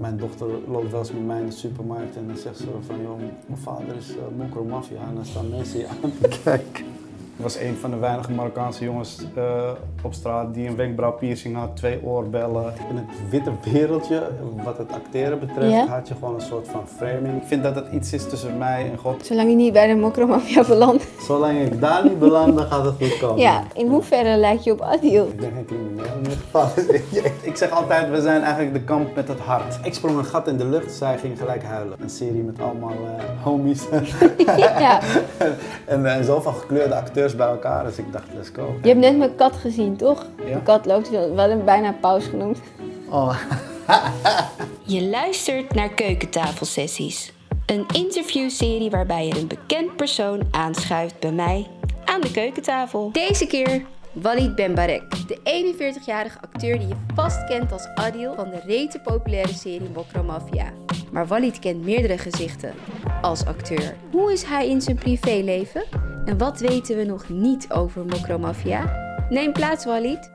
Mijn dochter loopt wel eens met mij in de supermarkt en dan zegt ze van, joh, mijn vader is Mokro Mafia. En dan staan mensen je aan te kijken. Ik was een van de weinige Marokkaanse jongens op straat die een wenkbrauwpiercing had, 2 oorbellen. In het witte wereldje, wat het acteren betreft, had je gewoon een soort van framing. Ik vind dat het iets is tussen mij en God. Zolang je niet bij de Mokro Mafia belandt. Zolang ik daar niet beland, dan gaat het goed komen. Ja, in hoeverre lijkt je op Adil? Ik ben geen crimineel in ieder geval. Ik zeg altijd, we zijn eigenlijk de kamp met het hart. Ik sprong een gat in de lucht, zij ging gelijk huilen. Een serie met allemaal homies. Ja. En zoveel gekleurde acteurs bij elkaar, dus ik dacht, let's go. Je hebt net mijn kat gezien, toch? Ja. De kat loopt, we hadden hem bijna paus genoemd. Oh. Je luistert naar Keukentafelsessies. Een interviewserie waarbij je een bekend persoon aanschuift bij mij aan de keukentafel. Deze keer Walid Benbarek, de 41-jarige acteur die je vast kent als Adil van de rete populaire serie Mokro Mafia. Maar Walid kent meerdere gezichten als acteur. Hoe is hij in zijn privéleven? En wat weten we nog niet over Mokro Mafia? Neem plaats, Walid.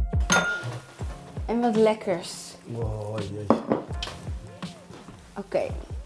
En wat lekkers. Wow, jeetje. Oké.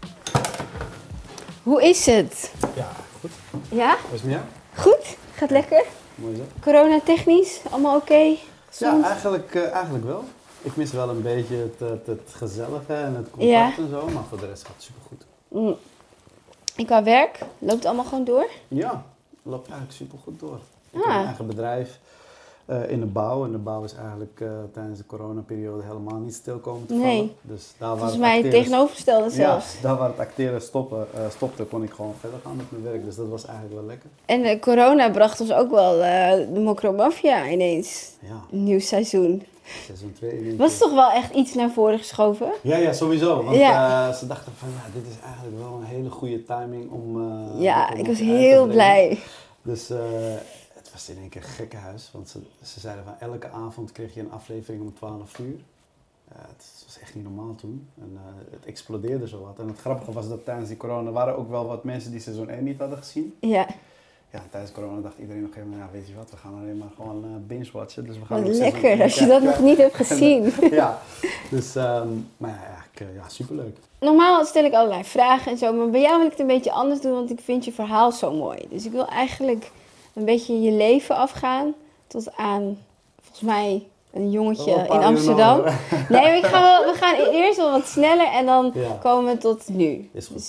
Hoe is het? Ja, goed. Ja? Hoe is het met jou? Goed? Gaat lekker? Mooi zo. Corona-technisch? Allemaal oké? Ja, Gezond? eigenlijk wel. Ik mis wel een beetje het gezellige en het contact Ja. en zo, maar voor de rest gaat het supergoed. Ik qua werk, loopt het allemaal gewoon door? Ja, loopt eigenlijk supergoed door. Ik Ah. heb een eigen bedrijf in de bouw. En de bouw is eigenlijk tijdens de coronaperiode helemaal niet stil komen te vallen. Nee. Dus daar waar Volgens het mij het acteren- tegenovergestelde zelfs. Ja, daar waar het acteren stopte, kon ik gewoon verder gaan met mijn werk. Dus dat was eigenlijk wel lekker. En corona bracht ons ook wel de Mokro Mafia ineens. Ja, Een nieuw seizoen. seizoen 2. Was toch wel echt iets naar voren geschoven? Ja, sowieso. Want Ja. ze dachten van, ja, dit is eigenlijk wel een hele goede timing om... Ja, om ik het was uit te heel brengen. blij. Dus het was in één keer een gekkenhuis. Want ze zeiden van, elke avond kreeg je een aflevering om 12 uur. Het was echt niet normaal toen. En het explodeerde zo wat. En het grappige was dat tijdens die corona waren ook wel wat mensen die seizoen 1 niet hadden gezien. Ja, Ja, tijdens corona dacht iedereen nog helemaal, ja, weet je wat, we gaan alleen maar gewoon binge-watchen. Dus we gaan wat ook seizoen lekker 1 als je dat kijken. nog niet hebt gezien. Ja, dus, maar ja, eigenlijk, ja, superleuk. Normaal stel ik allerlei vragen en zo, maar bij jou wil ik het een beetje anders doen, want ik vind je verhaal zo mooi. Dus ik wil eigenlijk een beetje je leven afgaan tot aan, volgens mij, een jongetje Wel een paar in Amsterdam. uur nog. Nee, maar we gaan eerst wel wat sneller en dan Ja. komen we tot nu. Is goed. Dus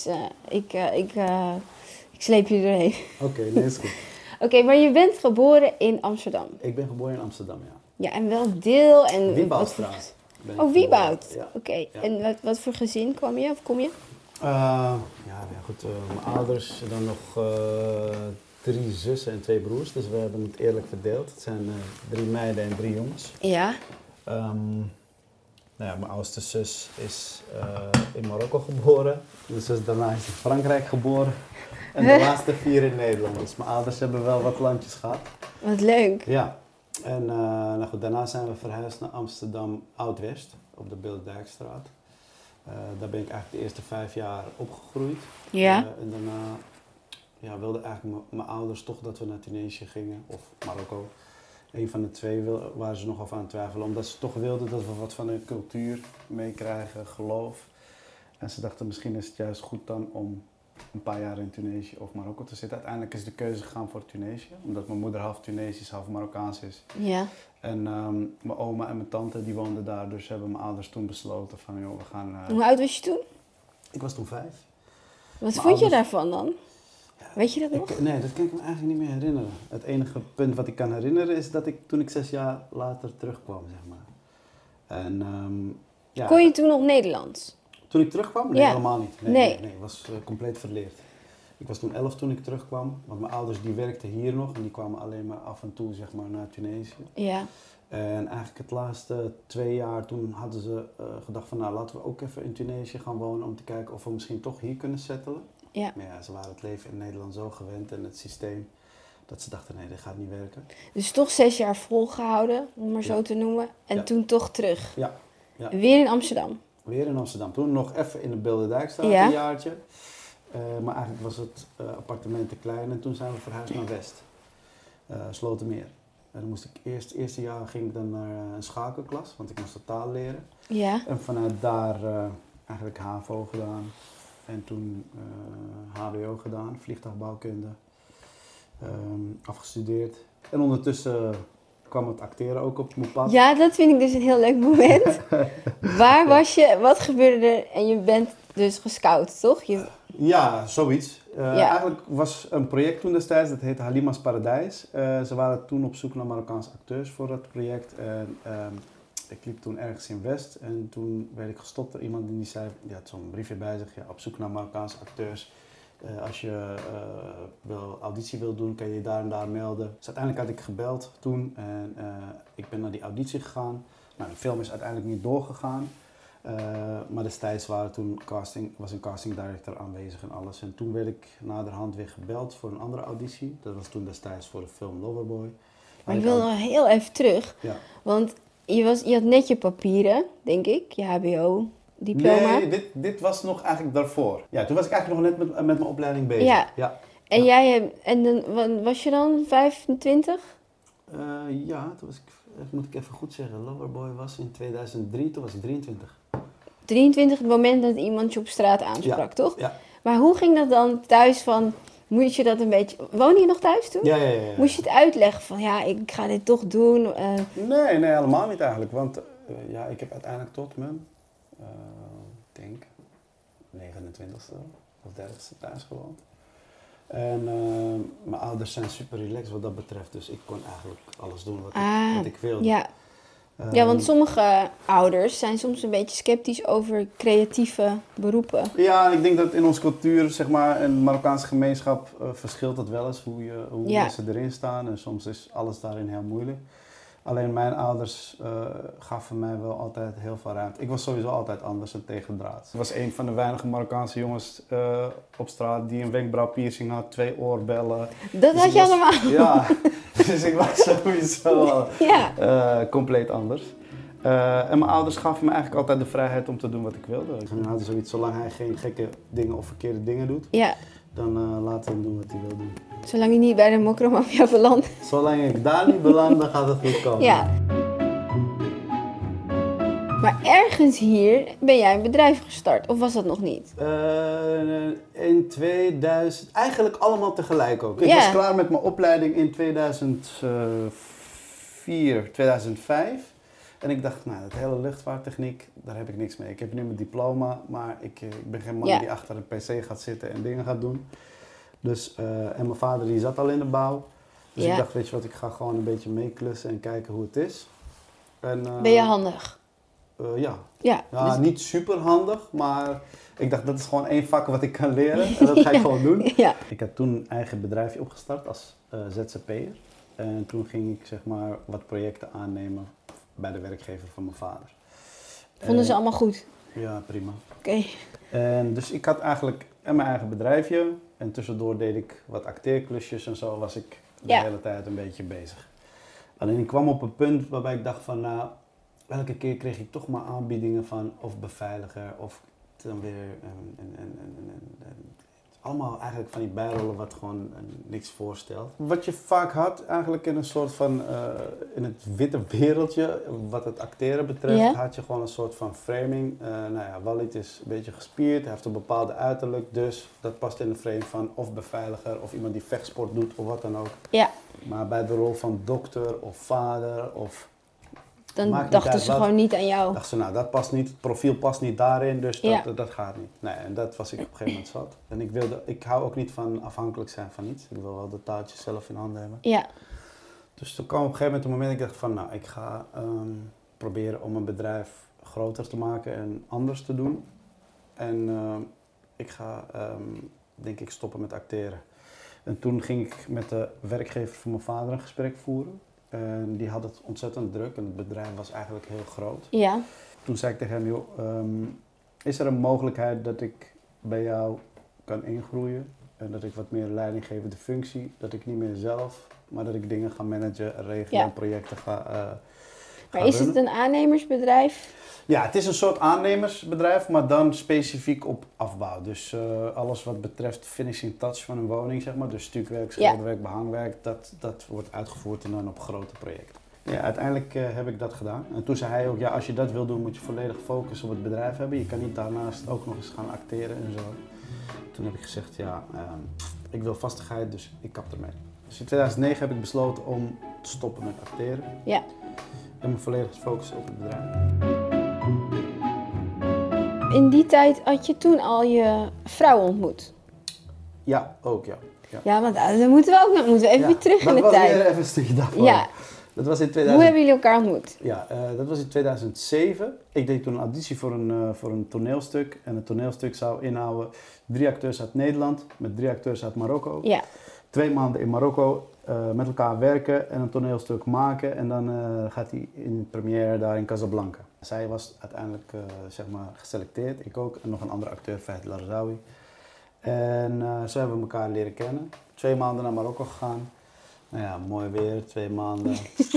ik sleep je erheen. Oké, nee, is goed. Oké, maar je bent geboren in Amsterdam. Ik ben geboren in Amsterdam, ja. Ja, en wel deel en... Wieboudstraat. ben ik Oh, Wieboud. geboren, Oké, Ja. en wat voor gezin kwam je of kom je? Ja, goed, mijn ouders, dan nog 3 zussen en 2 broers. Dus we hebben het eerlijk verdeeld. Het zijn 3 meiden en 3 jongens. Ja. Nou ja, mijn oudste zus is in Marokko geboren. De zus daarna is in Frankrijk geboren. En de laatste 4 in Nederland. Dus mijn ouders hebben wel wat landjes gehad. Wat leuk. Ja. En nou goed, daarna zijn we verhuisd naar Amsterdam Oud-West. Op de Bilderdijkstraat. Daar ben ik eigenlijk de eerste 5 jaar opgegroeid. Ja. En daarna wilden eigenlijk mijn ouders toch dat we naar Tunesië gingen. Of Marokko. Een van de twee waren ze nog over aan het twijfelen. Omdat ze toch wilden dat we wat van hun cultuur meekrijgen, geloof. En ze dachten misschien is het juist goed dan om een paar jaar in Tunesië of Marokko te zitten. Uiteindelijk is de keuze gegaan voor Tunesië. Omdat mijn moeder half Tunesisch, half Marokkaans is. Ja. En mijn oma en mijn tante die woonden daar. Dus hebben mijn ouders toen besloten van joh, we gaan... Hoe oud was je toen? Ik was toen 5. Wat Mijn vond je ouders- daarvan dan? Weet je dat nog? Nee, dat kan ik me eigenlijk niet meer herinneren. Het enige punt wat ik kan herinneren is dat ik toen ik 6 jaar later terugkwam, zeg maar. En ja, Kon je toen nog Nederlands? toen ik terugkwam? Nee, Ja. helemaal niet. Nee. Ik was compleet verleerd. Ik was toen 11 toen ik terugkwam, want mijn ouders die werkten hier nog en die kwamen alleen maar af en toe zeg maar naar Tunesië. Ja. En eigenlijk het laatste 2 jaar toen hadden ze gedacht van nou laten we ook even in Tunesië gaan wonen om te kijken of we misschien toch hier kunnen settelen. Ja. Maar ja, ze waren het leven in Nederland zo gewend en het systeem dat ze dachten nee, dit gaat niet werken. Dus toch 6 jaar volgehouden, om maar zo Ja. te noemen. En Ja. toen toch terug. Ja, ja. Weer in Amsterdam. Weer in Amsterdam. Toen nog even in de Bilderdijkstraat Ja. een jaartje. Maar eigenlijk was het appartement te klein en toen zijn we verhuisd naar West. Slotermeer. En dan moest ik het eerste jaar ging ik dan naar een schakelklas, want ik moest de taal leren. Ja. En vanuit daar eigenlijk HAVO gedaan. En toen HBO gedaan, vliegtuigbouwkunde. Afgestudeerd. En ondertussen kwam het acteren ook op mijn pad. Ja, dat vind ik dus een heel leuk moment. Waar was je? Wat gebeurde er? En je bent dus gescout, toch? Ja, zoiets. Ja. Eigenlijk was een project toen destijds, dat heette Halima's Paradijs. Ze waren toen op zoek naar Marokkaanse acteurs voor dat project. En ik liep toen ergens in West en toen werd ik gestopt door iemand die zei, die had zo'n briefje bij zich, ja, op zoek naar Marokkaanse acteurs. Als je auditie wil doen, kan je je daar en daar melden. Dus uiteindelijk had ik gebeld toen en ik ben naar die auditie gegaan. Nou, de film is uiteindelijk niet doorgegaan. Maar destijds was een casting director aanwezig en alles. En toen werd ik naderhand weer gebeld voor een andere auditie. Dat was toen destijds voor de film Loverboy. Maar ik wil nog heel even terug. Ja. Want je had net je papieren, denk ik. Je HBO-diploma. Nee, dit was nog eigenlijk daarvoor. Ja, toen was ik eigenlijk nog net met mijn opleiding bezig. Ja. En dan was je dan 25? Ja, toen was ik, moet ik even goed zeggen, Loverboy was in 2003, toen was ik 23. 23, het moment dat iemand je op straat aansprak, toch? Ja. Maar hoe ging dat dan thuis van, moest je dat een beetje... Woon je nog thuis toen? Ja. Moest je het uitleggen van, ja, ik ga dit toch doen? Nee, helemaal niet eigenlijk. Want ik heb uiteindelijk tot mijn, ik denk, 29ste of 30ste thuis gewoond. En mijn ouders zijn super relaxed wat dat betreft. Dus ik kon eigenlijk alles doen wat ik wilde. Ja. Ja, want sommige ouders zijn soms een beetje sceptisch over creatieve beroepen. Ja, ik denk dat in onze cultuur, zeg maar, in de Marokkaanse gemeenschap verschilt het wel eens hoe mensen erin staan. En soms is alles daarin heel moeilijk. Alleen mijn ouders gaven mij wel altijd heel veel ruimte. Ik was sowieso altijd anders en tegendraads. Ik was een van de weinige Marokkaanse jongens op straat die een wenkbrauwpiercing had, 2 oorbellen. Dat Dus had je allemaal? Ja, dus ik was sowieso compleet anders. En mijn ouders gaven me eigenlijk altijd de vrijheid om te doen wat ik wilde. Ze hadden zoiets, zolang hij geen gekke dingen of verkeerde dingen doet, dan laat hem doen wat hij wil doen. Zolang je niet bij de mokromafia belandt. Zolang ik daar niet beland, dan gaat het goed komen. Ja. Maar ergens hier ben jij een bedrijf gestart, of was dat nog niet? In 2000, eigenlijk allemaal tegelijk ook. Ik was klaar met mijn opleiding in 2004, 2005. En ik dacht, nou, dat hele luchtvaarttechniek, daar heb ik niks mee. Ik heb nu mijn diploma, maar ik ben geen man die achter een pc gaat zitten en dingen gaat doen. Dus, en mijn vader die zat al in de bouw. Dus ik dacht, weet je wat, ik ga gewoon een beetje meeklussen en kijken hoe het is. En, ben je handig? Ja, dus niet super handig, maar ik dacht, dat is gewoon 1 vak wat ik kan leren. En dat ga ik gewoon doen. Ja. Ik heb toen een eigen bedrijfje opgestart als ZZP'er. En toen ging ik, zeg maar, wat projecten aannemen bij de werkgever van mijn vader. Vonden ze allemaal goed? Ja, prima. Oké. En dus ik had eigenlijk mijn eigen bedrijfje. En tussendoor deed ik wat acteerklusjes en zo was ik de hele tijd een beetje bezig. Alleen ik kwam op een punt waarbij ik dacht van, nou, elke keer kreeg ik toch maar aanbiedingen van of beveiliger of dan weer allemaal eigenlijk van die bijrollen wat gewoon niks voorstelt. Wat je vaak had eigenlijk in een soort van, in het witte wereldje, wat het acteren betreft, had je gewoon een soort van framing. Walid is een beetje gespierd, hij heeft een bepaalde uiterlijk, dus dat past in de frame van of beveiliger of iemand die vechtsport doet of wat dan ook. Ja. Maar bij de rol van dokter of vader of... Dan dachten ze gewoon niet aan jou. Dachten ze, nou, dat past niet, het profiel past niet daarin, dus dat gaat niet. Nee, en dat was ik op een gegeven moment zat. En ik hou ook niet van afhankelijk zijn van iets. Ik wil wel de touwtjes zelf in handen hebben. Ja. Dus toen kwam op een gegeven moment een moment dat ik dacht van, nou, ik ga proberen om een bedrijf groter te maken en anders te doen. En ik ga, denk ik, stoppen met acteren. En toen ging ik met de werkgever van mijn vader een gesprek voeren. En die had het ontzettend druk en het bedrijf was eigenlijk heel groot. Ja. Toen zei ik tegen hem, joh, is er een mogelijkheid dat ik bij jou kan ingroeien? En dat ik wat meer leidinggevende functie, dat ik niet meer zelf, maar dat ik dingen ga managen, regelen en projecten ga Maar is het een aannemersbedrijf? Ja, het is een soort aannemersbedrijf, maar dan specifiek op afbouw. Dus alles wat betreft finishing touch van een woning, zeg maar. Dus stukwerk, schilderwerk, behangwerk, dat wordt uitgevoerd en dan op grote projecten. Ja, uiteindelijk heb ik dat gedaan. En toen zei hij ook, ja, als je dat wil doen, moet je volledig focus op het bedrijf hebben. Je kan niet daarnaast ook nog eens gaan acteren en zo. Toen heb ik gezegd, ja, ik wil vastigheid, dus ik kap ermee. Dus in 2009 heb ik besloten om te stoppen met acteren. Ja. En me volledig te focussen op het bedrijf. In die tijd had je toen al je vrouw ontmoet. Ja, ook ja. Ja, want dan moeten we ook nog even weer terug in de Dat was tijd. weer even een stukje daarvoor. Ja. Dat was in Hoe 2000... hebben jullie elkaar ontmoet? Ja, dat was in 2007. Ik deed toen een auditie voor een toneelstuk. En het toneelstuk zou inhouden 3 acteurs uit Nederland met 3 acteurs uit Marokko. Ja. 2 maanden in Marokko met elkaar werken en een toneelstuk maken. En dan gaat hij in première daar in Casablanca. Zij was uiteindelijk zeg maar geselecteerd, ik ook. En nog een andere acteur, Fahd El Arzawi. En zo hebben we elkaar leren kennen. 2 maanden naar Marokko gegaan. Nou ja, mooi weer, 2 maanden.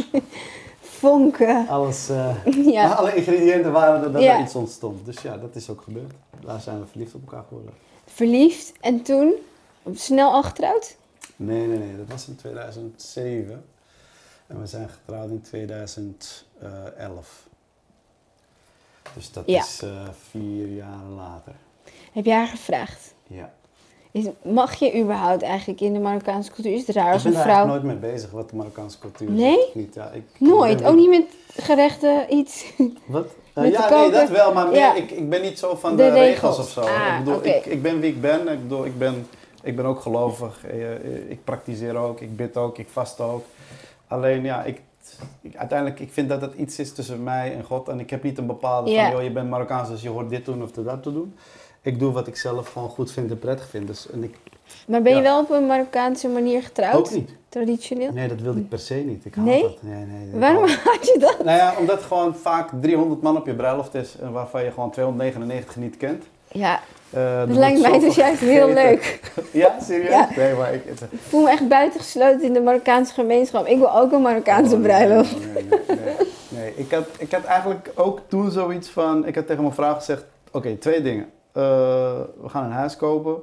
Vonken. Alles, Ja. alle ingrediënten waren er dat Ja. er iets ontstond. Dus ja, dat is ook gebeurd. Daar zijn we verliefd op elkaar geworden. Verliefd en toen snel al getrouwd? Nee, dat was in 2007. En we zijn getrouwd in 2011. Dus dat Ja. is 4 jaar later. Heb jij haar gevraagd? Ja. Mag je überhaupt eigenlijk in de Marokkaanse cultuur? Is het raar als Ik ben een er vrouw... eigenlijk nooit mee bezig wat de Marokkaanse cultuur is. Nee? Of niet. Ja, Nooit? ben Ook niet met gerechten, iets? Wat? Met Ja, de nee, koken? dat wel, maar meer, Ja. ik ben niet zo van De de regels regels. of zo. Ah, Ik bedoel, oké. ik ben wie ik ben. Ik bedoel, ik ben ook gelovig. Ik praktiseer ook, ik bid ook, ik vast ook. Alleen ja, uiteindelijk ik vind dat het iets is tussen mij en God. En ik heb niet een bepaalde Ja. van, joh, je bent Marokkaans, dus je hoort dit doen of dat te doen. Ik doe wat ik zelf gewoon goed vind en prettig vind. Dus, en ik Maar ben je Ja. wel op een Marokkaanse manier getrouwd? ook niet. Traditioneel? Nee, dat wilde ik per se niet. Ik haat Nee? dat. Nee. Waarom had je dat? Nou ja, omdat gewoon vaak 300 man op je bruiloft is en waarvan je gewoon 299 niet kent. Ja, Er dat lijkt wordt mij dus zoveel juist heel gegeten. leuk. Ja, serieus? Ja. Nee, maar Ik voel me echt buitengesloten in de Marokkaanse gemeenschap. Ik wil ook een Marokkaanse Oh, bruiloft. Nee. Ik had eigenlijk ook toen zoiets van... Ik had tegen mijn vrouw gezegd... Oké, 2 dingen. We gaan een huis kopen.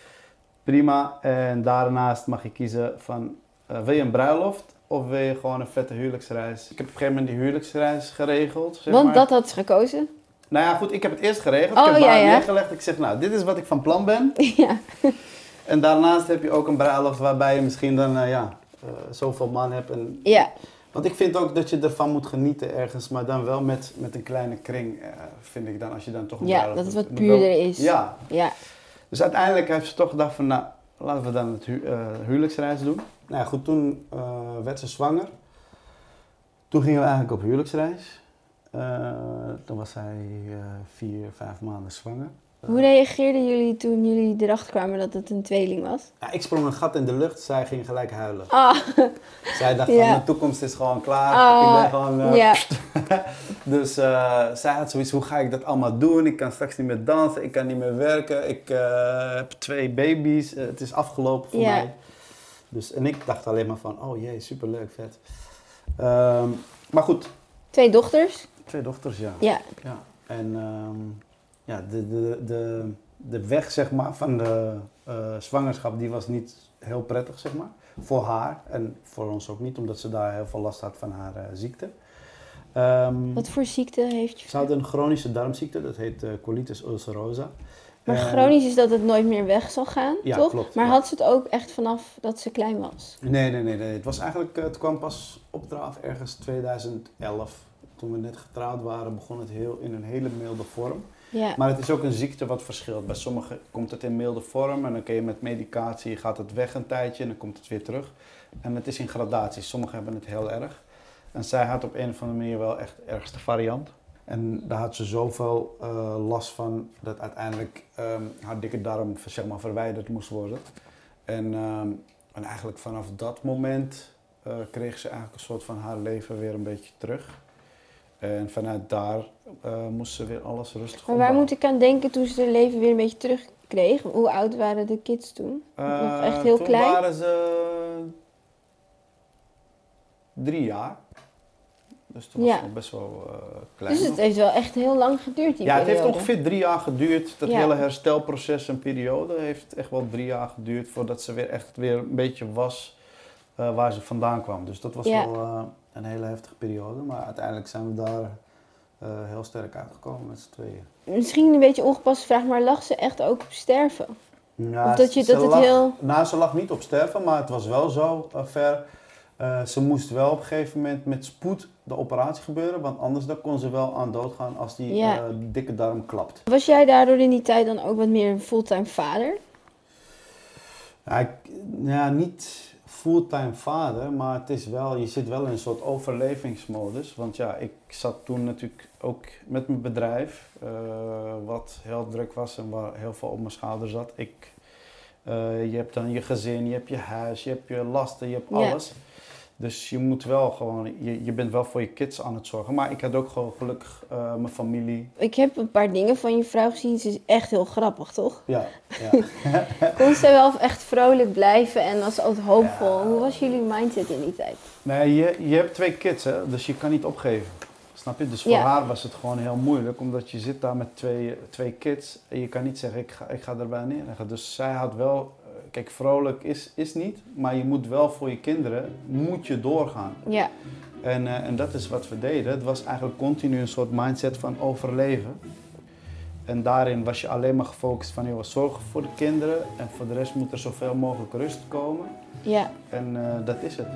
Prima. En daarnaast mag je kiezen van... wil je een bruiloft of wil je gewoon een vette huwelijksreis? Ik heb op een gegeven moment die huwelijksreis geregeld. Zeg Want maar. dat had ze gekozen. Nou ja, goed. Ik heb het eerst geregeld. Oh, ik heb ja, haar ja. neergelegd. Ik zeg, nou, dit is wat ik van plan ben. Ja. En daarnaast heb je ook een bruiloft waarbij je misschien dan... zoveel man hebt en Ja. want ik vind ook dat je ervan moet genieten ergens, maar dan wel met een kleine kring, vind ik dan, als je dan toch een Ja, bruiloft dat het doet. wat puurder is. Ja, Ja. dus uiteindelijk heeft ze toch gedacht van, nou, laten we dan het huwelijksreis doen. Nou ja, goed, toen werd ze zwanger. Toen gingen we eigenlijk op huwelijksreis. Toen was zij 4, 5 maanden zwanger. Hoe reageerden jullie toen jullie erachter kwamen dat het een tweeling was? Ja, ik sprong een gat in de lucht, zij ging gelijk huilen. Ah, Zij dacht Ja. van, mijn toekomst is gewoon klaar. Ik ben gewoon... ja. Dus zij had zoiets, hoe ga ik dat allemaal doen? Ik kan straks niet meer dansen, ik kan niet meer werken. Ik heb 2 baby's, het is afgelopen voor Ja. mij. Dus, en ik dacht alleen maar van, oh jee, superleuk, vet. Maar goed, 2 dochters? 2 dochters, ja. Ja. En de weg, zeg maar, van de zwangerschap, die was niet heel prettig, zeg maar. Voor haar en voor ons ook niet, omdat ze daar heel veel last had van haar ziekte. Wat voor ziekte heeft je? Ze had een chronische darmziekte, dat heet colitis ulcerosa. Maar En- chronisch is dat het nooit meer weg zal gaan, Ja, toch? klopt, Maar ja. had ze het ook echt vanaf dat ze klein was? Nee. Het was eigenlijk, het kwam pas op draf ergens 2011. Toen we net getrouwd waren, begon het in een hele milde vorm. Ja. Maar het is ook een ziekte wat verschilt. Bij sommigen komt het in milde vorm en dan kun je met medicatie, gaat het weg een tijdje en dan komt het weer terug. En het is in gradaties. Sommigen hebben het heel erg. En zij had op een of andere manier wel echt de ergste variant. En daar had ze zoveel last van dat uiteindelijk haar dikke darm, zeg maar, verwijderd moest worden. En eigenlijk vanaf dat moment kreeg ze eigenlijk een soort van haar leven weer een beetje terug. En vanuit daar moest ze weer alles rustig Maar waar opbouwen. moet ik aan denken toen ze haar leven weer een beetje terugkreeg? Hoe oud waren de kids toen? Nog echt heel toen klein? waren ze 3 jaar. Dus toen was Ja. ze nog best wel klein. Dus het nog. heeft wel echt heel lang geduurd, die Ja, het heeft periode. ongeveer 3 jaar geduurd. Dat Ja. hele herstelproces en periode heeft echt wel 3 jaar geduurd voordat ze weer echt weer een beetje was waar ze vandaan kwam. Dus dat was Ja. wel een hele heftige periode. Maar uiteindelijk zijn we daar heel sterk uitgekomen met z'n tweeën. Misschien een beetje ongepaste vraag, maar lag ze echt ook op sterven? Ja, Of dat je- dat het heel- Nou, ze lag niet op sterven, maar het was wel zo ver. Ze moest wel op een gegeven moment met spoed de operatie gebeuren, want anders dan kon ze wel aan dood gaan als die Ja. dikke darm klapt. Was jij daardoor in die tijd dan ook wat meer een fulltime vader? Ja, niet fulltime vader, maar het is wel, je zit wel in een soort overlevingsmodus. Want ja, ik zat toen natuurlijk ook met mijn bedrijf, wat heel druk was en waar heel veel op mijn schouder zat. Je hebt dan je gezin, je hebt je huis, je hebt je lasten, je hebt Ja. alles. Dus je moet wel gewoon, je bent wel voor je kids aan het zorgen. Maar ik had ook gewoon gelukkig mijn familie. Ik heb een paar dingen van je vrouw gezien. Ze is echt heel grappig, toch? Ja, ja. Kon ze wel echt vrolijk blijven en was altijd hoopvol? Ja. Hoe was jullie mindset in die tijd? Nee, je hebt 2 kids, hè, dus je kan niet opgeven. Snap je? Dus voor Ja. haar was het gewoon heel moeilijk, omdat je zit daar met twee kids en je kan niet zeggen, ik ga erbij neerleggen. Dus zij had wel, kijk, vrolijk is niet, maar je moet wel voor je kinderen, moet je doorgaan. Ja, En dat is wat we deden. Het was eigenlijk continu een soort mindset van overleven. En daarin was je alleen maar gefocust van, joh, zorgen voor de kinderen en voor de rest moet er zoveel mogelijk rust komen. ja. En dat is het.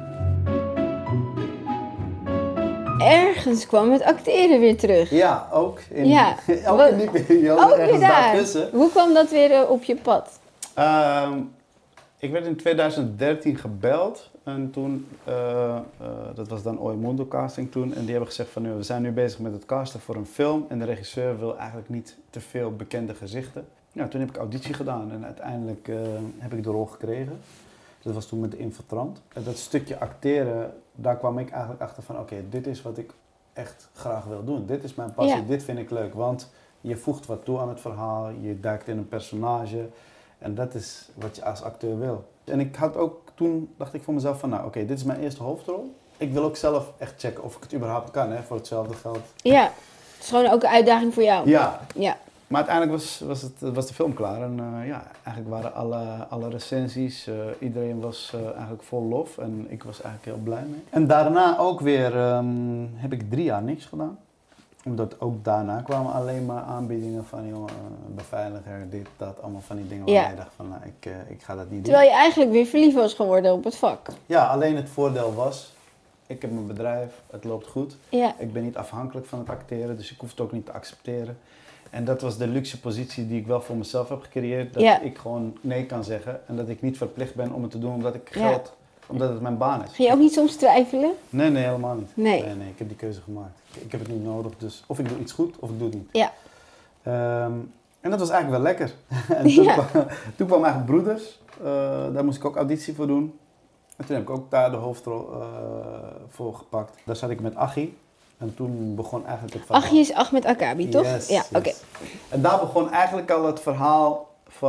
Ergens kwam het acteren weer terug. Ja, ook. Ja. Elke in die periode, Ook weer ergens daar. daartussen. Hoe kwam dat weer op je pad? Ik werd in 2013 gebeld en toen, dat was dan Oemundo Casting toen, en die hebben gezegd van, we zijn nu bezig met het casten voor een film en de regisseur wil eigenlijk niet te veel bekende gezichten. Ja, toen heb ik auditie gedaan en uiteindelijk heb ik de rol gekregen. Dat was toen met De Infiltrant. En dat stukje acteren, daar kwam ik eigenlijk achter van, oké, dit is wat ik echt graag wil doen. Dit is mijn passie, Ja. dit vind ik leuk, want je voegt wat toe aan het verhaal, je duikt in een personage. En dat is wat je als acteur wil. En ik had ook toen, dacht ik voor mezelf van, nou oké, dit is mijn eerste hoofdrol. Ik wil ook zelf echt checken of ik het überhaupt kan, hè, voor hetzelfde geld. Ja, het is gewoon ook een uitdaging voor jou. Ja, Ja. maar uiteindelijk was de film klaar. En ja, eigenlijk waren alle recensies, iedereen was eigenlijk vol lof. En ik was eigenlijk heel blij mee. En daarna ook weer heb ik 3 jaar niks gedaan. Omdat ook daarna kwamen alleen maar aanbiedingen van, joh, beveiliger, dit, dat, allemaal van die dingen waar Ja. je dacht van, nou, ik ga dat niet doen. Terwijl je eigenlijk weer verliefd was geworden op het vak. Ja, alleen het voordeel was, ik heb mijn bedrijf, het loopt goed. Ja, Ik ben niet afhankelijk van het acteren, dus ik hoef het ook niet te accepteren. En dat was de luxe positie die ik wel voor mezelf heb gecreëerd. Dat Ja. ik gewoon nee kan zeggen en dat ik niet verplicht ben om het te doen omdat ik Ja. geld, omdat het mijn baan is. ging je ook niet soms twijfelen? Nee, helemaal niet. Nee. Nee, ik heb die keuze gemaakt. Ik heb het niet nodig, dus of ik doe iets goed of ik doe het niet. Ja. En dat was eigenlijk wel lekker. En toen, Ja. toen kwam eigenlijk Broeders, daar moest ik ook auditie voor doen. En toen heb ik ook daar de hoofdrol voor gepakt. Daar zat ik met Achie. En toen begon eigenlijk het verhaal. Achie is Ahmed Akabi, toch? Yes, Ja, yes. oké. En daar begon eigenlijk al het verhaal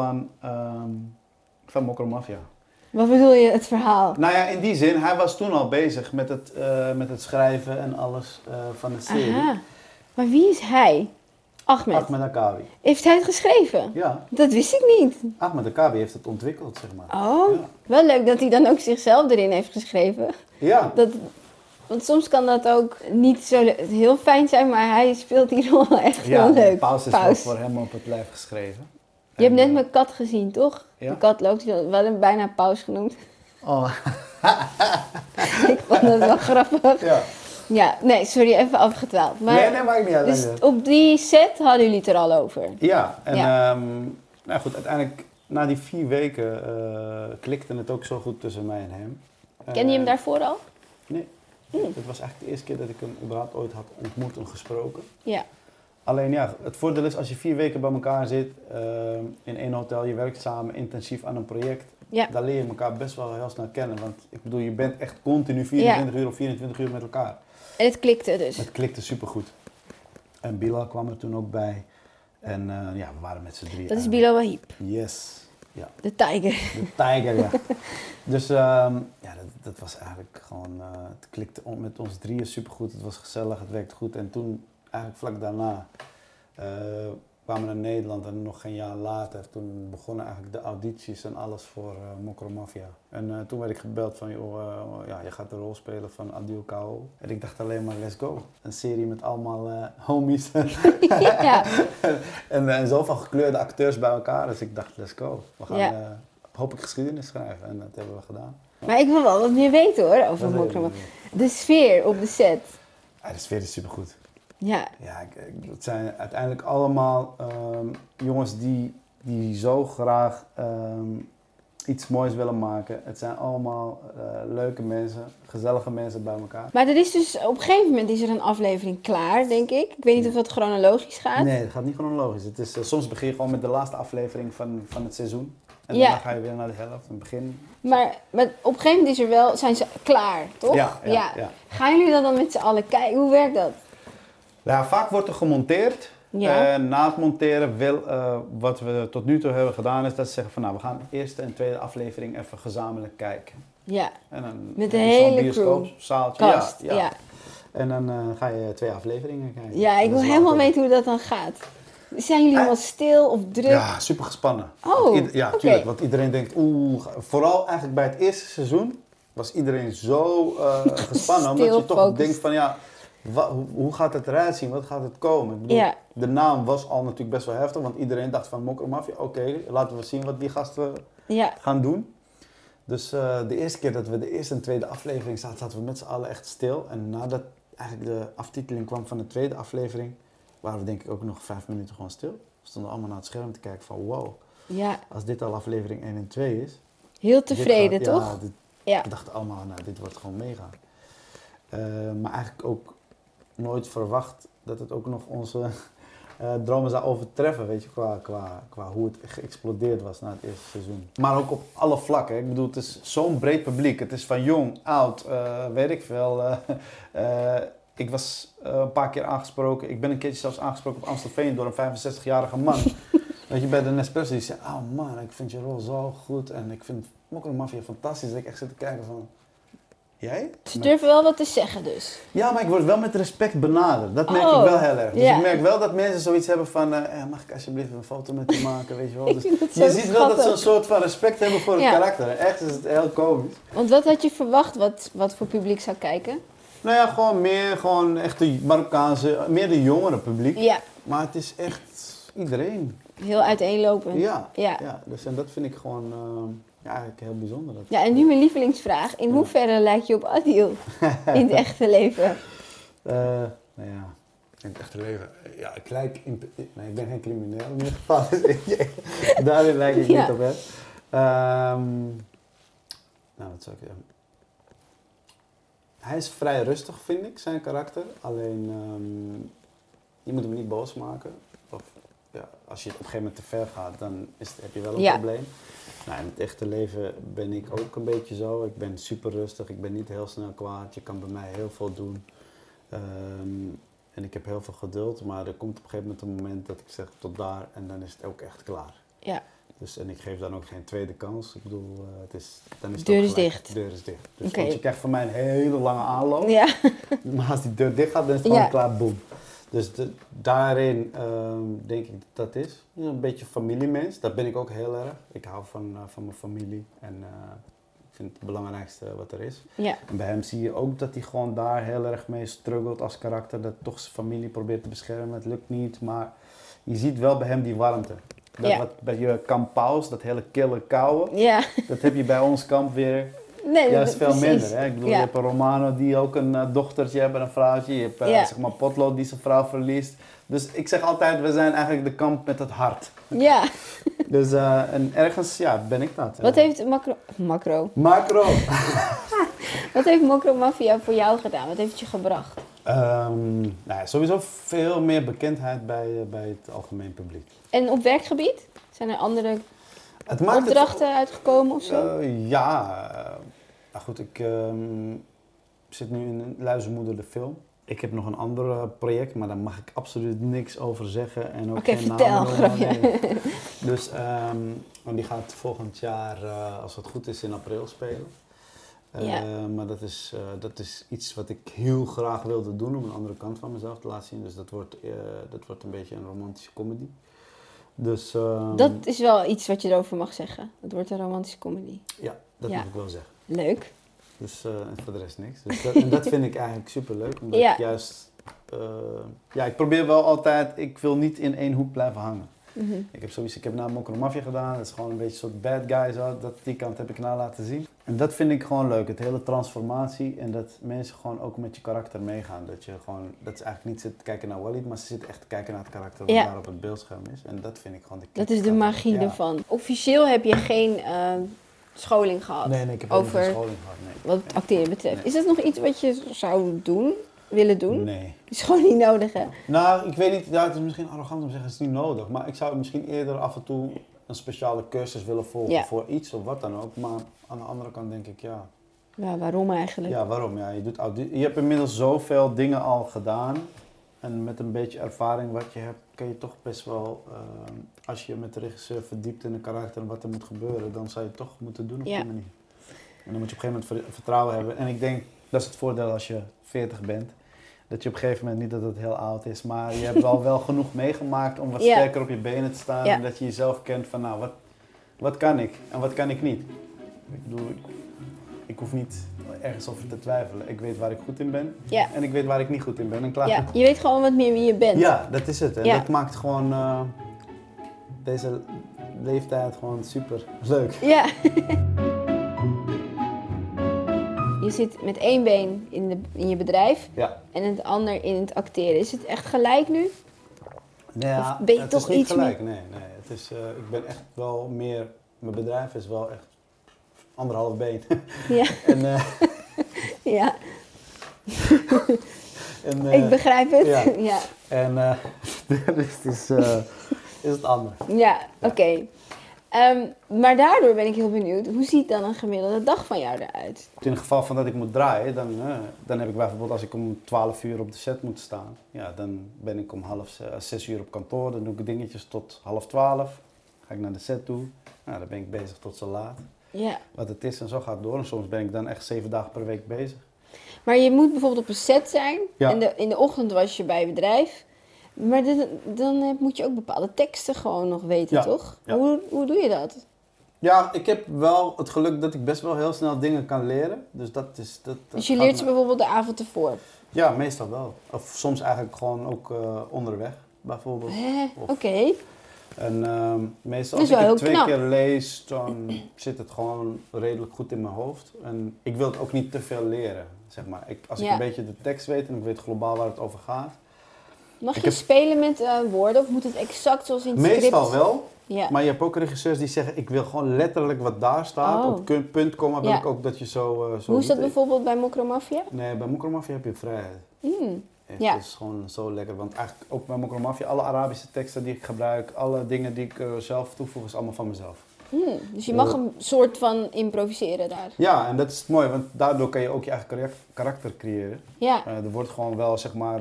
van Mokro Mafia. Wat bedoel je, het verhaal? Nou ja, in die zin, hij was toen al bezig met het schrijven en alles van de serie. Aha. Maar wie is hij? Ahmed. Ahmed Akabi. Heeft hij het geschreven? Ja, Dat wist ik niet. Ahmed Akabi heeft het ontwikkeld, zeg maar. Oh, Ja. wel leuk dat hij dan ook zichzelf erin heeft geschreven. Ja, Want soms kan dat ook niet zo heel fijn zijn, maar hij speelt die rol echt ja, heel leuk. Paus is wel voor hem op het lijf geschreven. Je hebt net En, mijn kat gezien, toch? Ja. De kat loopt, we hadden hem bijna Paus genoemd. Oh, Ik vond dat wel grappig. ja. Ja, nee, sorry, even afgetwaald. Maar, Nee, maakt niet uit. dus op die set hadden jullie het er al over. Ja, en Ja. nou goed, uiteindelijk na die 4 weken klikte het ook zo goed tussen mij en hem. Ken je hem daarvoor al? Nee. Het was eigenlijk de eerste keer dat ik hem überhaupt ooit had ontmoet en gesproken. Ja. Alleen ja, het voordeel is als je 4 weken bij elkaar zit, in één hotel, je werkt samen intensief aan een project. Ja. Dan leer je elkaar best wel heel snel kennen. Want ik bedoel, je bent echt continu 24 uur of 24 uur met elkaar. En het klikte dus. Het klikte supergoed. En Bilal kwam er toen ook bij. En ja, we waren met z'n 3. Dat is Bilal Wahib, Yes. Ja, de tijger. de tijger, ja. Dus ja, dat was eigenlijk gewoon, het klikte met ons 3 supergoed. Het was gezellig, het werkte goed. En toen, eigenlijk vlak daarna, kwamen naar Nederland en nog geen jaar later, toen begonnen eigenlijk de audities en alles voor Mokromafia. En toen werd ik gebeld van, joh, ja, je gaat de rol spelen van Adil Kao. En ik dacht alleen maar, let's go. Een serie met allemaal homies. Ja. en zoveel gekleurde acteurs bij elkaar, dus ik dacht, let's go. We gaan, hoop ik, geschiedenis schrijven en dat hebben we gedaan. Maar ik wil wel wat meer weten hoor, over Wat Mokromafia. De sfeer op de set. Ja, de sfeer is supergoed. Ja. Ja, het zijn uiteindelijk allemaal jongens die zo graag iets moois willen maken. Het zijn allemaal leuke mensen, gezellige mensen bij elkaar. Maar er is dus, op een gegeven moment is er een aflevering klaar, denk ik. Ik weet niet of het chronologisch gaat. Nee, het gaat niet chronologisch. Het is, soms begin je gewoon met de laatste aflevering van het seizoen. En Ja. dan ga je weer naar de helft, het begin. Maar op een gegeven moment zijn ze klaar, toch? Ja. Gaan jullie dat dan met z'n allen kijken? Hoe werkt dat? Ja, vaak wordt er gemonteerd. Ja. Na het monteren wat we tot nu toe hebben gedaan is dat ze zeggen van nou, we gaan de eerste en tweede aflevering even gezamenlijk kijken. Ja. En dan Met de heb je zo'n hele bioscoopzaaltje. Kast. Ja. Ja. En dan ga je 2 afleveringen kijken. Ja, ik Dat wil is helemaal later. weten hoe dat dan gaat. Zijn jullie helemaal stil of druk? Ja, super gespannen. Oh, ja, oké. tuurlijk. Want iedereen denkt, vooral eigenlijk bij het eerste seizoen was iedereen zo gespannen. Omdat je toch gefocust. denkt van ja, hoe gaat het eruit zien? Wat gaat het komen? Ik bedoel, Ja. de naam was al natuurlijk best wel heftig, want iedereen dacht van Mokromafia, oké, laten we zien wat die gasten Ja. gaan doen. Dus de eerste keer dat we de eerste en tweede aflevering zaten we met z'n allen echt stil. En nadat eigenlijk de aftiteling kwam van de tweede aflevering, waren we denk ik ook nog 5 minuten gewoon stil. We stonden allemaal naar het scherm te kijken van wow, Ja. als dit al aflevering 1 en 2 is. Heel tevreden, dit gaat- toch? Ja, Ja. we dachten allemaal, nou dit wordt gewoon mega. Maar eigenlijk ook nooit verwacht dat het ook nog onze dromen zou overtreffen, weet je, qua hoe het geëxplodeerd was na het eerste seizoen. Maar ook op alle vlakken. Ik bedoel, het is zo'n breed publiek. Het is van jong, oud, weet ik veel. Ik was een paar keer aangesproken. Ik ben een keertje zelfs aangesproken op Amstelveen door een 65-jarige man. Weet je, bij de Nespresso, die zei, oh man, ik vind je rol zo goed en ik vind Mokromafia fantastisch. Dat ik echt zit te kijken van, jij? Ze durven wel wat te zeggen dus. Ja, maar ik word wel met respect benaderd. Dat merk Oh, ik wel heel erg. Dus ja. ik merk wel dat mensen zoiets hebben van, mag ik alsjeblieft een foto met je maken, weet je wel. Ik Dus vind dat je zo ziet wel dat ze een schattig. soort van respect hebben voor het Ja. karakter. En echt is het heel komisch. Want wat had je verwacht wat voor publiek zou kijken? Nou ja, gewoon echt de Marokkaanse, meer de jongere publiek. Ja, Maar het is echt iedereen. heel uiteenlopend. Ja, Ja. dus en dat vind ik gewoon eigenlijk heel bijzonder. Dat Ja, en nu mijn lievelingsvraag. In hoeverre lijk je op Adil in het echte leven? nou ja, in het echte leven. Ja, ik lijk nee, ik ben geen crimineel in ieder geval. Dus daarin lijk ik Ja. niet op hem. Nou, wat zou ik zeggen? Hij is vrij rustig, vind ik, zijn karakter. Alleen, je moet hem niet boos maken. Of ja, als je op een gegeven moment te ver gaat, dan heb je wel een Ja. probleem. Nou, in het echte leven ben ik ook een beetje zo. Ik ben super rustig, ik ben niet heel snel kwaad. Je kan bij mij heel veel doen. En ik heb heel veel geduld, maar er komt op een gegeven moment een moment dat ik zeg tot daar en dan is het ook echt klaar. Ja. Dus, en ik geef dan ook geen tweede kans. Ik bedoel, dan is het Deur ook is gelijk. dicht. De deur is dicht. Dus Oké. want je krijgt van mij een hele lange aanloop. Ja. Maar als die deur dicht gaat, dan is het gewoon Ja. klaar, boem. Dus daarin denk ik dat dat is. Een beetje familiemens, dat ben ik ook heel erg. Ik hou van mijn familie en ik vind het het belangrijkste wat er is. Ja. En bij hem zie je ook dat hij gewoon daar heel erg mee struggelt als karakter. Dat toch zijn familie probeert te beschermen, het lukt niet. Maar je ziet wel bij hem die warmte. Dat Ja. wat bij je kamp Paus, dat hele kille koude, Ja. dat heb je bij ons kamp weer Nee, juist veel precies. minder. Hè? Ik bedoel, Ja. je hebt een Romano die ook een dochtertje heeft en een vrouwtje. Je hebt Ja. zeg maar Potlood die zijn vrouw verliest. Dus ik zeg altijd, we zijn eigenlijk de kamp met het hart. Ja. Dus en ergens, ja, ben ik dat. Wat heeft Macro. Wat heeft Mokromafia voor jou gedaan? Wat heeft het je gebracht? Nou ja, sowieso veel meer bekendheid bij het algemeen publiek. En op werkgebied? Zijn er andere Het maakt het- opdrachten uitgekomen of zo? Nou goed, ik zit nu in Luizenmoeder de film. Ik heb nog een ander project, maar daar mag ik absoluut niks over zeggen. En ook Oké, geen vertel, namen noemen. grapje. Nee. Dus want die gaat volgend jaar, als het goed is, in april spelen. Ja. Maar dat is iets wat ik heel graag wilde doen om een andere kant van mezelf te laten zien. Dus dat wordt een beetje een romantische comedy. Dus Dat is wel iets wat je erover mag zeggen. Het wordt een romantische comedy. ja, dat Ja. moet ik wel zeggen. Leuk. Dus en voor de rest niks. Dus en dat vind ik eigenlijk superleuk. Omdat Ja. ik juist... ik probeer wel altijd... Ik wil niet in één hoek blijven hangen. Mhm. Ik heb nou Mokromafia gedaan. Dat is gewoon een beetje een soort bad guy zo. Die kant heb ik nou laten zien. En dat vind ik gewoon leuk. Het hele transformatie. En dat mensen gewoon ook met je karakter meegaan. Dat je gewoon... Dat is eigenlijk niet zitten te kijken naar Walid. Maar ze zitten echt te kijken naar het karakter wat Ja. daar op het beeldscherm is. En dat vind ik gewoon de Dat is de magie ervan. Officieel heb je geen scholing gehad Nee, ik heb over geen scholing gehad. Nee. wat het acteren betreft. Nee. Is dat nog iets wat je zou willen doen? Nee. Is gewoon niet nodig, hè? Nou, ik weet niet, ja, het is misschien arrogant om te zeggen, het is niet nodig. Maar ik zou misschien eerder af en toe een speciale cursus willen volgen Ja. voor iets of wat dan ook. Maar aan de andere kant denk ik, ja, Ja, waarom eigenlijk? ja waarom? Ja, je hebt inmiddels zoveel dingen al gedaan. En met een beetje ervaring wat je hebt, kun je toch best wel, als je met de regisseur verdiept in een karakter en wat er moet gebeuren, dan zou je het toch moeten doen op Ja. die manier. En dan moet je op een gegeven moment vertrouwen hebben. En ik denk, dat is het voordeel als je 40 bent. Dat je op een gegeven moment, niet dat het heel oud is, maar je hebt wel genoeg meegemaakt om wat Ja. sterker op je benen te staan. Ja. En dat je jezelf kent van, nou, wat kan ik en wat kan ik niet? Ik bedoel, ik hoef niet ergens over te twijfelen. Ik weet waar ik goed in ben Ja. en ik weet waar ik niet goed in ben en klaar. Ja, je weet gewoon wat meer wie je bent. Ja, dat is het. En Ja. dat maakt gewoon deze leeftijd gewoon super leuk. Ja. Je zit met één been in je bedrijf Ja. en het ander in het acteren. Is het echt gelijk nu? Ja, Of ben je het toch is niet iets gelijk. Nee. Het is, ik ben echt wel meer... Mijn bedrijf is wel echt 1,5 been. Ja. en, Ja, en, ik begrijp het. ja. Ja, En de rest is het andere. ja, oké. Maar daardoor ben ik heel benieuwd, hoe ziet dan een gemiddelde dag van jou eruit? In het geval van dat ik moet draaien, dan heb ik bijvoorbeeld als ik om 12 uur op de set moet staan. Ja, dan ben ik om 6 uur op kantoor. Dan doe ik dingetjes tot 11:30. Ga ik naar de set toe. Nou, dan ben ik bezig tot zo laat. Ja, Wat het is en zo gaat het door. En soms ben ik dan echt 7 dagen per week bezig. maar je moet bijvoorbeeld op een set zijn. Ja. In de ochtend was je bij je bedrijf. Maar dan moet je ook bepaalde teksten gewoon nog weten, Ja. toch? Ja. Hoe doe je dat? Ja, ik heb wel het geluk dat ik best wel heel snel dingen kan leren. Dus dat is... Dus je leert ze bijvoorbeeld de avond ervoor. Ja, meestal wel. Of soms eigenlijk gewoon ook onderweg, bijvoorbeeld. Of- Oké. En meestal Dat als is ik wel het heel 2 knap. keer lees, dan zit het gewoon redelijk goed in mijn hoofd. En ik wil het ook niet te veel leren, zeg maar. Als ik Ja. een beetje de tekst weet en ik weet globaal waar het over gaat. Mag je heb- spelen met woorden of moet het exact zoals in het script? Meestal wel, Ja. maar je hebt ook regisseurs die zeggen, ik wil gewoon letterlijk wat daar staat. Oh. Op punt, komma, wil Ja. ik ook dat je zo Hoe is doet. dat bijvoorbeeld bij Mokromafia? Nee, bij Mokromafia heb je vrijheid. Het Ja. is gewoon zo lekker, want eigenlijk ook bij Mokromafia, alle Arabische teksten die ik gebruik, alle dingen die ik zelf toevoeg, is allemaal van mezelf. Dus je mag een soort van improviseren daar. Ja, en dat is het mooie, want daardoor kan je ook je eigen karakter creëren. Ja. Er wordt gewoon wel, zeg maar,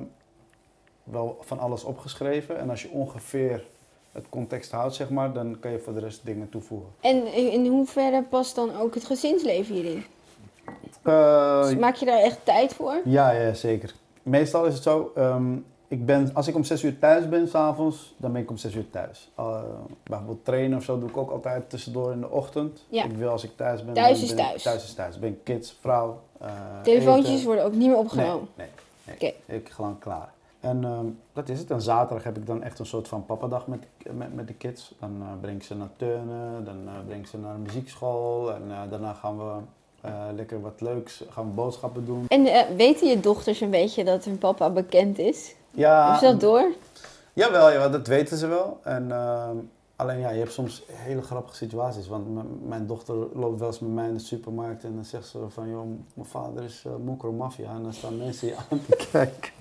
wel van alles opgeschreven. En als je ongeveer het context houdt, zeg maar, dan kan je voor de rest dingen toevoegen. En in hoeverre past dan ook het gezinsleven hierin? Eh, Dus maak je daar echt tijd voor? ja, zeker. Meestal is het zo, als ik om 6 uur thuis ben s'avonds, dan ben ik om 6 uur thuis. Bijvoorbeeld trainen of zo doe ik ook altijd tussendoor in de ochtend. Ja. Ik wil als ik thuis ben, Thuis dan is ben ik- thuis. Thuis is thuis. Ben ik kids, vrouw, Telefoontjes eten. worden ook niet meer opgenomen. Nee. Oké. Ik gewoon klaar. En dat is het. En zaterdag heb ik dan echt een soort van papadag met de kids. Dan breng ik ze naar turnen, dan breng ik ze naar een muziekschool. En daarna gaan we lekker wat leuks, gaan we boodschappen doen. En weten je dochters een beetje dat hun papa bekend is? Ja, Heb je dat door? Jawel, dat weten ze wel. En, alleen ja, je hebt soms hele grappige situaties. Want mijn dochter loopt wel eens met mij in de supermarkt en dan zegt ze van, joh, mijn vader is Mokromafia. En dan staan mensen je aan te kijken.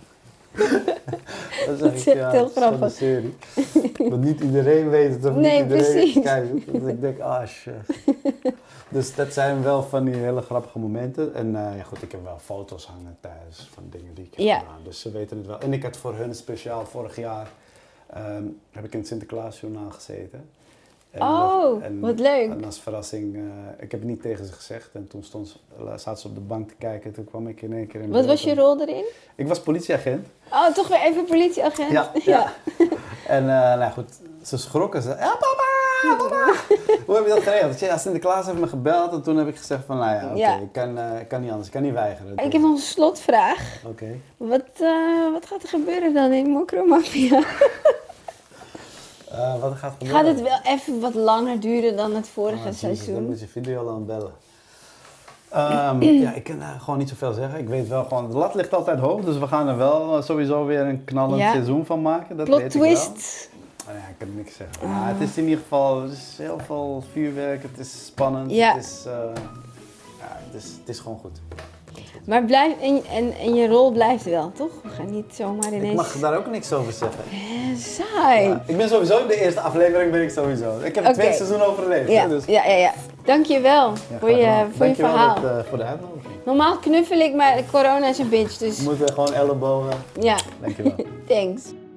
Dan zeg is ik, echt heel het is gewoon grappig. een serie. Want niet iedereen weet het of Nee, niet iedereen precies. kijkt. Dus ik denk, shit. Dus dat zijn wel van die hele grappige momenten. En ja, goed, ik heb wel foto's hangen thuis van dingen die ik heb Ja. gedaan. Dus ze weten het wel. En ik had voor hun speciaal vorig jaar heb ik in het Sinterklaasjournaal gezeten. En, wat leuk. En als verrassing, ik heb het niet tegen ze gezegd. En toen zaten ze op de bank te kijken. Toen kwam ik in één keer in Wat beeld. was je rol erin? Ik was politieagent. Oh, toch weer even politieagent? Ja. En nou goed, ze schrokken. Ja, papa! Hoe heb je dat geregeld? Ja, Sinterklaas heeft me gebeld. En toen heb ik gezegd van, nou ja, oké, ik kan niet anders. Ik kan niet weigeren. Ik heb nog een slotvraag. Oké. Wat gaat er gebeuren dan in Mokromafia? Wat gaat gebeuren? Gaat het wel even wat langer duren dan het vorige seizoen? Dan moet je video aan bellen. Ja, ik kan gewoon niet zoveel zeggen. Ik weet wel gewoon, de lat ligt altijd hoog. Dus we gaan er wel sowieso weer een knallend seizoen van maken. Dat Plot weet twist. Ik wel. Ja, ik kan niks zeggen. Maar het is in ieder geval, er is heel veel vuurwerk. Het is spannend. Ja. Het is gewoon goed. Maar en je rol blijft wel, toch? We gaan niet zomaar ineens... Ik mag daar ook niks over zeggen. Saai. Ja, ik ben sowieso, in de eerste aflevering ben ik sowieso. Ik heb het tweede seizoen overleefd. Ja, hè, dus. ja. Dankjewel voor je verhaal. Voor de uitnodiging. Normaal knuffel ik, maar corona is een bitch, dus... We moeten gewoon ellebogen. Ja. Dankjewel. Thanks.